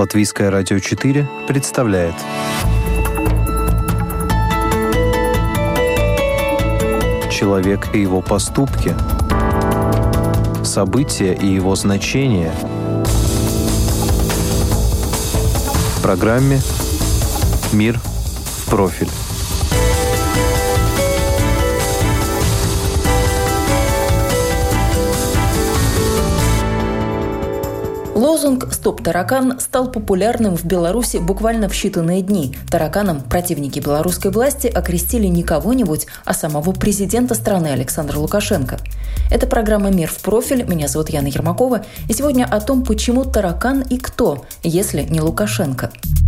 Латвийское радио 4 представляет «Человек и его поступки. События и его значения». В программе «Мир в профиль». Лозунг «Стоп, таракан» стал популярным в Беларуси буквально в считанные дни. Тараканом противники белорусской власти окрестили не кого-нибудь, а самого президента страны Александра Лукашенко. Это программа «Мир в профиль». Меня зовут Яна Ермакова. И сегодня о том, почему таракан и кто, если не Лукашенко.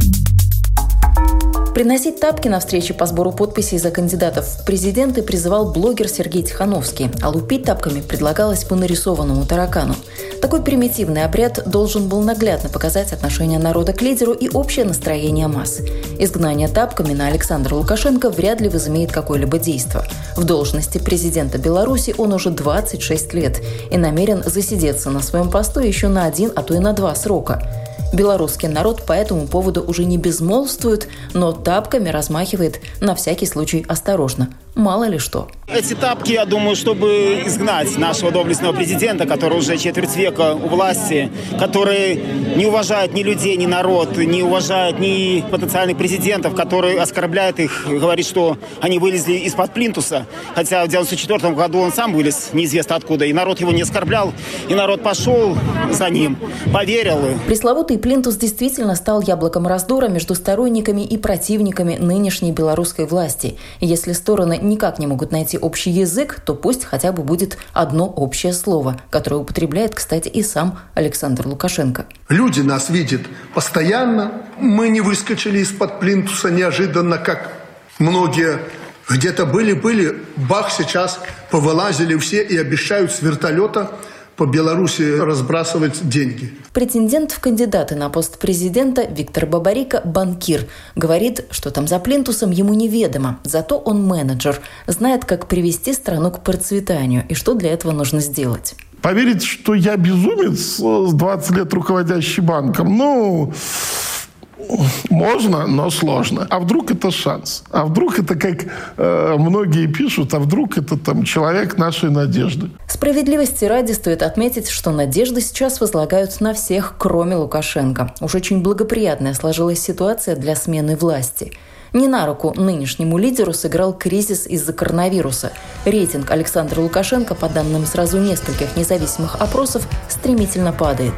Приносить тапки на встрече по сбору подписей за кандидатов в президенты призывал блогер Сергей Тихановский, а лупить тапками предлагалось по нарисованному таракану. Такой примитивный обряд должен был наглядно показать отношение народа к лидеру и общее настроение масс. Изгнание тапками на Александра Лукашенко вряд ли возымеет какое-либо действие. В должности президента Беларуси он уже 26 лет и намерен засидеться на своем посту еще на 1, а то и на 2 срока. Белорусский народ по этому поводу уже не безмолвствует, но тапками размахивает на всякий случай осторожно. Мало ли что. Эти тапки, я думаю, чтобы изгнать нашего доблестного президента, который уже четверть века у власти, который не уважает ни людей, ни народ, не уважает ни потенциальных президентов, который оскорбляет их, говорит, что они вылезли из-под плинтуса. Хотя в 1994 году он сам вылез неизвестно откуда, и народ его не оскорблял, и народ пошел за ним, поверил. Пресловутый плинтус действительно стал яблоком раздора между сторонниками и противниками нынешней белорусской власти. И если стороны никак не могут найти общий язык, то пусть хотя бы будет одно общее слово, которое употребляет, кстати, и сам Александр Лукашенко. Люди нас видят постоянно. Мы не выскочили из-под плинтуса неожиданно, как многие где-то были. Бах, сейчас повылазили все и обещают с вертолета по Беларуси разбрасывать деньги. Претендент в кандидаты на пост президента Виктор Бабарико – банкир. Говорит, что там за плинтусом ему неведомо. Зато он менеджер, знает, как привести страну к процветанию и что для этого нужно сделать. Поверить, что я безумец с 20 лет руководящий банком, можно, но сложно. А вдруг это шанс? А вдруг это, как многие пишут, а вдруг это там человек нашей надежды? Справедливости ради стоит отметить, что надежды сейчас возлагают на всех, кроме Лукашенко. Уж очень благоприятная сложилась ситуация для смены власти. Не на руку нынешнему лидеру сыграл кризис из-за коронавируса. Рейтинг Александра Лукашенко, по данным сразу нескольких независимых опросов, стремительно падает.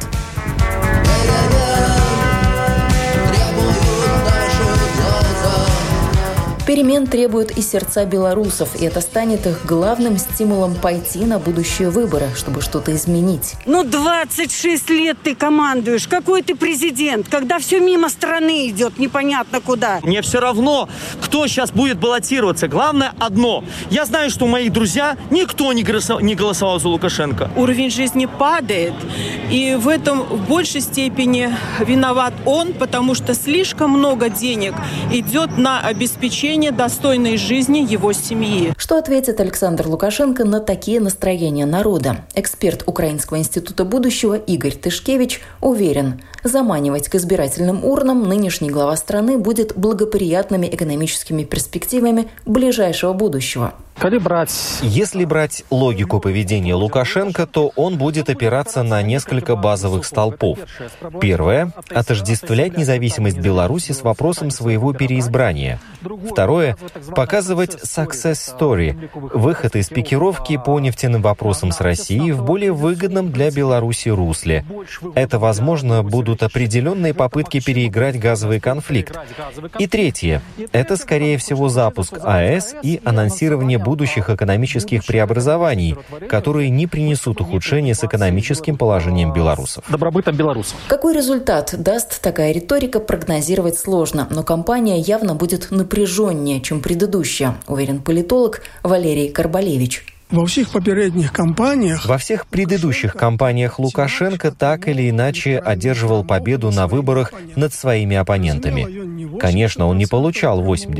Перемен требуют и сердца белорусов, и это станет их главным стимулом пойти на будущие выборы, чтобы что-то изменить. 26 лет ты командуешь. Какой ты президент, когда все мимо страны идет, непонятно куда. Мне все равно, кто сейчас будет баллотироваться. Главное одно. Я знаю, что мои друзья, никто не голосовал за Лукашенко. Уровень жизни падает, и в этом в большей степени виноват он, потому что слишком много денег идет на обеспечение достойной жизни его семьи. Что ответит Александр Лукашенко на такие настроения народа? Эксперт Украинского института будущего Игорь Тышкевич уверен, заманивать к избирательным урнам нынешний глава страны будет благоприятными экономическими перспективами ближайшего будущего. Если брать логику поведения Лукашенко, то он будет опираться на несколько базовых столпов. Первое – отождествлять независимость Беларуси с вопросом своего переизбрания. Второе – показывать success story, выход из пикировки по нефтяным вопросам с Россией в более выгодном для Беларуси русле. Это, возможно, будут определенные попытки переиграть газовый конфликт. И третье – это, скорее всего, запуск АЭС и анонсирование будущих экономических преобразований, которые не принесут ухудшения с экономическим положением белорусов. Добробытом белорусов. Какой результат даст такая риторика, прогнозировать сложно, но кампания явно будет напряженнее, чем предыдущая, уверен политолог Валерий Карбалевич. Во всех попередних кампаниях... Во всех предыдущих кампаниях Лукашенко так или иначе одерживал победу на выборах над своими оппонентами. Конечно, он не получал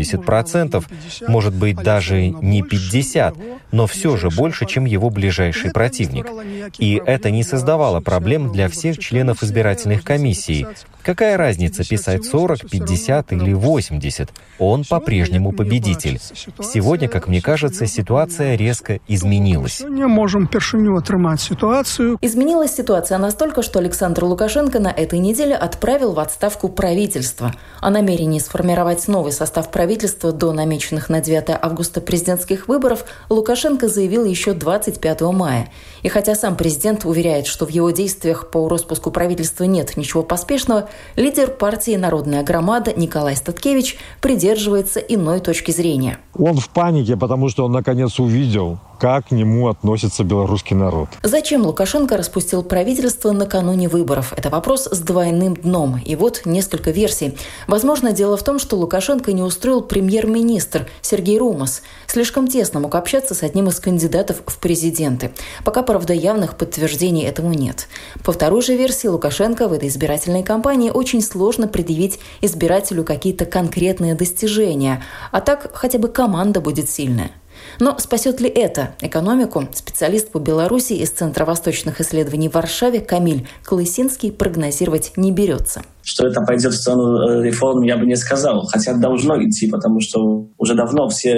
80%, может быть, даже не 50%, но все же больше, чем его ближайший противник. И это не создавало проблем для всех членов избирательных комиссий. Какая разница, писать 40, 50 или 80? Он по-прежнему победитель. Сегодня, как мне кажется, ситуация резко изменилась. Сегодня можем впервые отрымать ситуацию. Изменилась ситуация настолько, что Александр Лукашенко на этой неделе отправил в отставку правительство. О намерении сформировать новый состав правительства до намеченных на 9 августа президентских выборов Лукашенко заявил еще 25 мая. И хотя сам президент уверяет, что в его действиях по распуску правительства нет ничего поспешного, лидер партии «Народная громада» Николай Статкевич придерживается иной точки зрения. Он в панике, потому что он наконец увидел, как к нему относится белорусский народ. Зачем Лукашенко распустил правительство накануне выборов? Это вопрос с двойным дном. И вот несколько версий. Возможно, дело в том, что Лукашенко не устроил премьер-министр Сергей Румас. Слишком тесно мог общаться с одним из кандидатов в президенты. Пока, правда, явных подтверждений этому нет. По второй же версии, Лукашенко в этой избирательной кампании очень сложно предъявить избирателю какие-то конкретные достижения. А так хотя бы команда будет сильная. Но спасет ли это экономику? Специалист по Беларуси из Центра восточных исследований в Варшаве Камиль Колысинский прогнозировать не берется. Что это пойдет в сторону реформ, я бы не сказал. Хотя должно идти, потому что уже давно все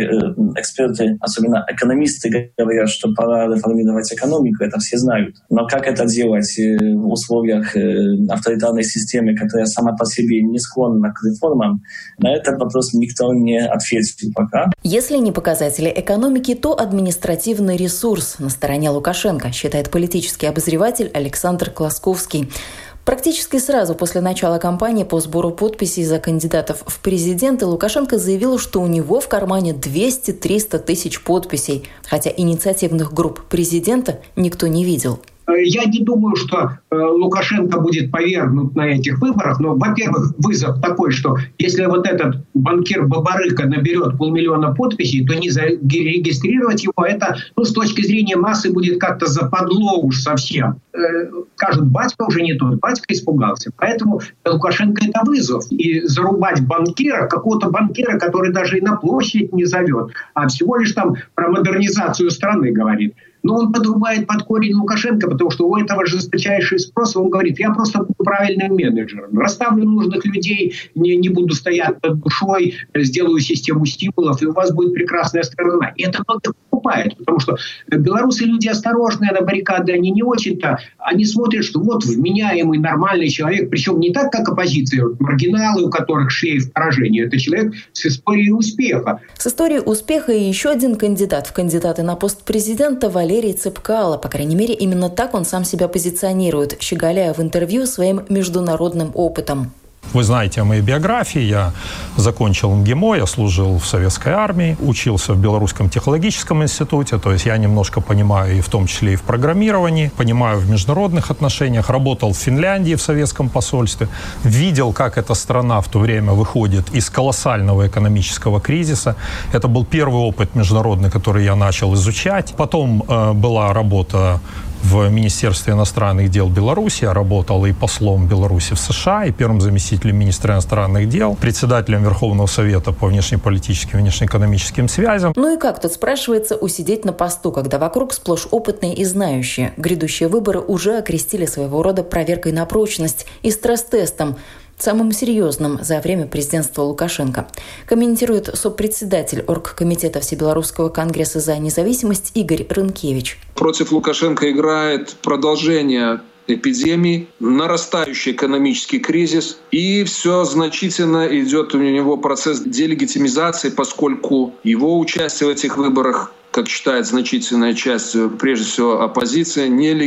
эксперты, особенно экономисты, говорят, что пора реформировать экономику, это все знают. Но как это делать в условиях авторитарной системы, которая сама по себе не склонна к реформам, на этот вопрос никто не ответил пока. Если не показатели экономики, то административный ресурс на стороне Лукашенко, считает политический обозреватель Александр Класковский. Практически сразу после начала кампании по сбору подписей за кандидатов в президенты Лукашенко заявил, что у него в кармане 200-300 тысяч подписей, хотя инициативных групп президента никто не видел. Я не думаю, что Лукашенко будет повергнут на этих выборах, но, во-первых, вызов такой, что если вот этот банкир Бабарыка наберет 500 000 подписей, то не зарегистрировать его, это, с точки зрения массы, будет как-то западло уж совсем. Скажут, батька уже не тот, батька испугался. Поэтому Лукашенко это вызов. И зарубать банкира, какого-то банкира, который даже и на площадь не зовет, а всего лишь там про модернизацию страны говорит. Но он подрубает под корень Лукашенко, потому что у этого жесточайший спрос. Он говорит, я просто буду правильным менеджером. Расставлю нужных людей, не буду стоять над душой, сделаю систему стимулов, и у вас будет прекрасная страна. И это многих покупает, потому что белорусы люди осторожные, на баррикады они не очень-то. Они смотрят, что вот вменяемый, нормальный человек, причем не так, как оппозиция, маргиналы, у которых шлейф поражения. Это человек с историей успеха. С историей успеха и еще один кандидат в кандидаты на пост президента Валерий Цепкало. По крайней мере, именно так он сам себя позиционирует, щеголяя в интервью своим международным опытом. Вы знаете о моей биографии. Я закончил МГИМО, я служил в советской армии, учился в Белорусском технологическом институте, то есть я немножко понимаю и в том числе и в программировании, понимаю в международных отношениях, работал в Финляндии в советском посольстве, видел, как эта страна в то время выходит из колоссального экономического кризиса. Это был первый опыт международный, который я начал изучать. Потом была работа в Министерстве иностранных дел Беларуси. Я работал и послом Беларуси в США, и первым заместителем министра иностранных дел, председателем Верховного Совета по внешнеполитическим и внешнеэкономическим связям. Ну и как тут, спрашивается, усидеть на посту, когда вокруг сплошь опытные и знающие? Грядущие выборы уже окрестили своего рода проверкой на прочность и стресс-тестом, самым серьезным за время президентства Лукашенко. Комментирует сопредседатель Оргкомитета Всебелорусского конгресса за независимость Игорь Рынкевич. Против Лукашенко играет продолжение эпидемии, нарастающий экономический кризис, и все значительно идет у него процесс делегитимизации, поскольку его участие в этих выборах, как считает значительная часть, прежде всего, оппозиции,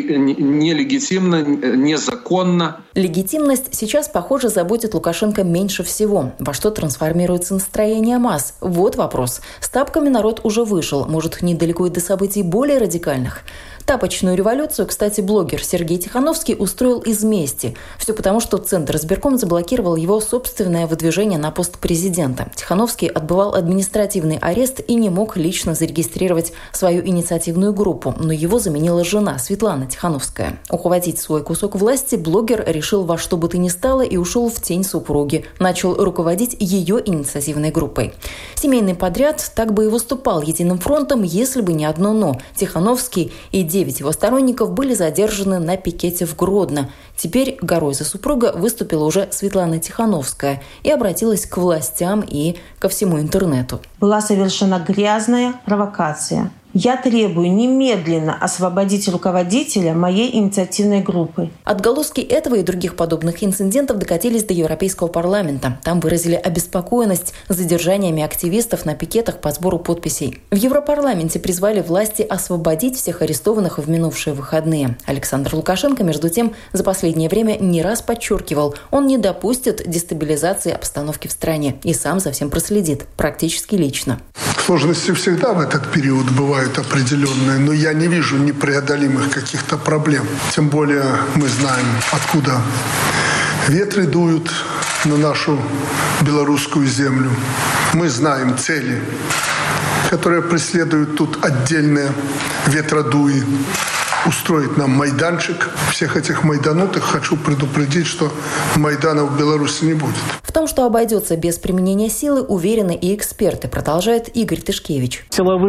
нелегитимно, незаконно. Легитимность сейчас, похоже, заботит Лукашенко меньше всего. Во что трансформируется настроение масс? Вот вопрос. С тапками народ уже вышел. Может, недалеко и до событий более радикальных? Тапочную революцию, кстати, блогер Сергей Тихановский устроил из мести. Все потому, что Центр избирком заблокировал его собственное выдвижение на пост президента. Тихановский отбывал административный арест и не мог лично зарегистрировать ликвидировать свою инициативную группу, но его заменила жена Светлана Тихановская. Ухватить свой кусок власти блогер решил во что бы то ни стало и ушел в тень супруги. Начал руководить ее инициативной группой. Семейный подряд так бы и выступал единым фронтом, если бы не одно «но». Тихановский и 9 его сторонников были задержаны на пикете в Гродно. Теперь горой за супруга выступила уже Светлана Тихановская и обратилась к властям и ко всему интернету. Была совершена грязная провокация. Я требую немедленно освободить руководителя моей инициативной группы. Отголоски этого и других подобных инцидентов докатились до Европейского парламента. Там выразили обеспокоенность задержаниями активистов на пикетах по сбору подписей. В Европарламенте призвали власти освободить всех арестованных в минувшие выходные. Александр Лукашенко, между тем, за последнее время не раз подчеркивал, он не допустит дестабилизации обстановки в стране и сам за всем проследит, практически лично. Сложности всегда в этот период бывают определенные, но я не вижу непреодолимых каких-то проблем. Тем более мы знаем, откуда ветры дуют на нашу белорусскую землю. Мы знаем цели, которые преследуют тут отдельные ветродуи. Устроить нам майданчик. Всех этих майданутых хочу предупредить, что майдана в Беларуси не будет. В том, что обойдется без применения силы, уверены и эксперты, продолжает Игорь Тышкевич.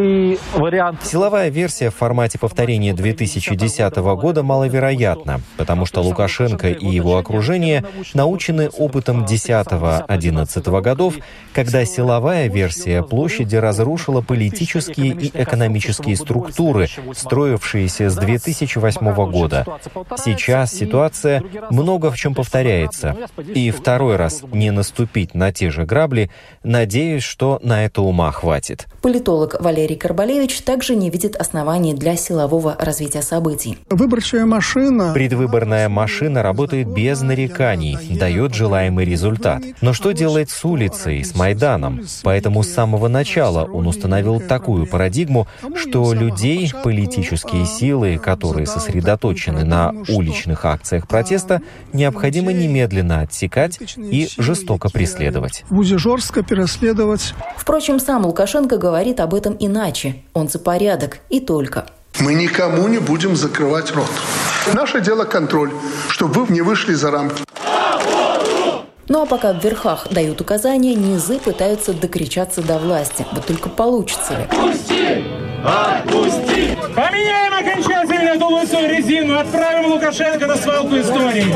Силовая версия в формате повторения 2010 года маловероятна, потому что Лукашенко и его окружение научены опытом 10-11 годов, когда силовая версия площади разрушила политические и экономические структуры, строившиеся с 2008 года. Сейчас ситуация много в чем повторяется. И второй раз не наступить на те же грабли, надеюсь, что на это ума хватит. Политолог Валерий Карбалевич также не видит оснований для силового развития событий. Выборчая машина... Предвыборная машина работает без нареканий, дает желаемый результат. Но что делать с улицей, с Майданом? Поэтому с самого начала он установил такую парадигму, что людей, политические силы, которые сосредоточены на уличных акциях протеста, необходимо немедленно отсекать и жестоко преследовать. Будет жестко преследовать. Впрочем, сам Лукашенко говорит об этом иначе. Он за порядок и только. Мы никому не будем закрывать рот. Наше дело контроль, чтобы вы не вышли за рамки. Ну а пока в верхах дают указания, низы пытаются докричаться до власти. Вот только получится ли? Отпусти! Отпусти! Поменяем окончательно эту лысую резину, отправим Лукашенко на свалку истории.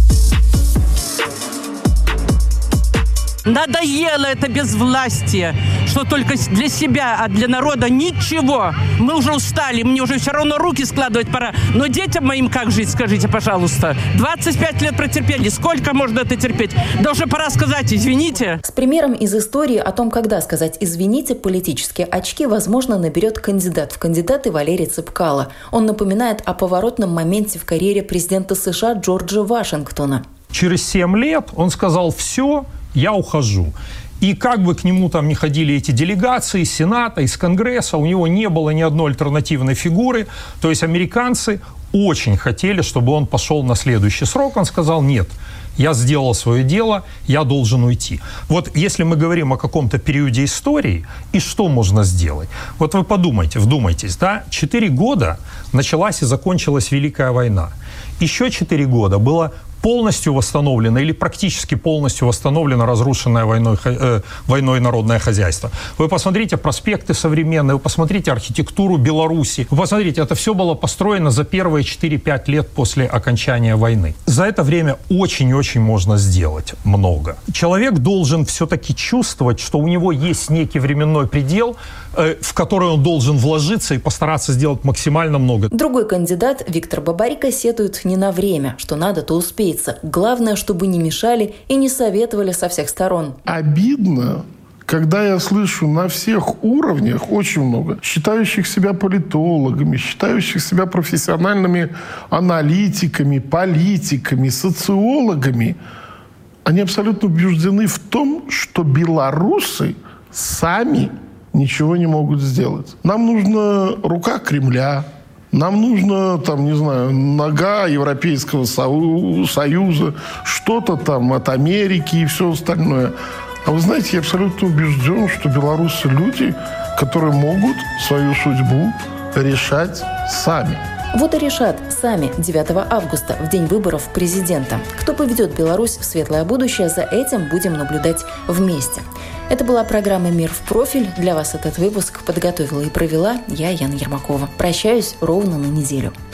Надоело это безвластие, что только для себя, а для народа ничего. Мы уже устали, мне уже все равно руки складывать пора. Но детям моим как жить, скажите, пожалуйста? 25 лет протерпели, сколько можно это терпеть? Да уже пора сказать «извините». С примером из истории о том, когда сказать «извините», политические очки, возможно, наберет кандидат в кандидаты Валерий Цепкало. Он напоминает о поворотном моменте в карьере президента США Джорджа Вашингтона. Через 7 лет он сказал «все, я ухожу». И как бы к нему там ни ходили эти делегации из Сената, из Конгресса, у него не было ни одной альтернативной фигуры. То есть американцы очень хотели, чтобы он пошел на следующий срок. Он сказал «нет, я сделал свое дело, я должен уйти». Вот если мы говорим о каком-то периоде истории, и что можно сделать? Вот вы подумайте, вдумайтесь, да? 4 года началась и закончилась Великая война. Еще 4 года было полностью восстановлено или практически полностью восстановлено разрушенное войной народное хозяйство. Вы посмотрите проспекты современные, вы посмотрите архитектуру Беларуси. Вы посмотрите, это все было построено за первые 4-5 лет после окончания войны. За это время очень и очень можно сделать много. Человек должен все-таки чувствовать, что у него есть некий временной предел, в который он должен вложиться и постараться сделать максимально много. Другой кандидат, Виктор Бабарико, сетует не на время, что надо-то успеется. Главное, чтобы не мешали и не советовали со всех сторон. Обидно, когда я слышу на всех уровнях очень много считающих себя политологами, считающих себя профессиональными аналитиками, политиками, социологами. Они абсолютно убеждены в том, что белорусы сами ничего не могут сделать. Нам нужна рука Кремля, нам нужно, там, не знаю, нога Европейского Союза, что-то там от Америки и все остальное. А вы знаете, я абсолютно убежден, что белорусы люди которые могут свою судьбу решать сами. Вот и решат сами 9 августа, в день выборов президента. Кто поведет Беларусь в светлое будущее, за этим будем наблюдать вместе. Это была программа «Мир в профиль». Для вас этот выпуск подготовила и провела я, Яна Ермакова. Прощаюсь ровно на неделю.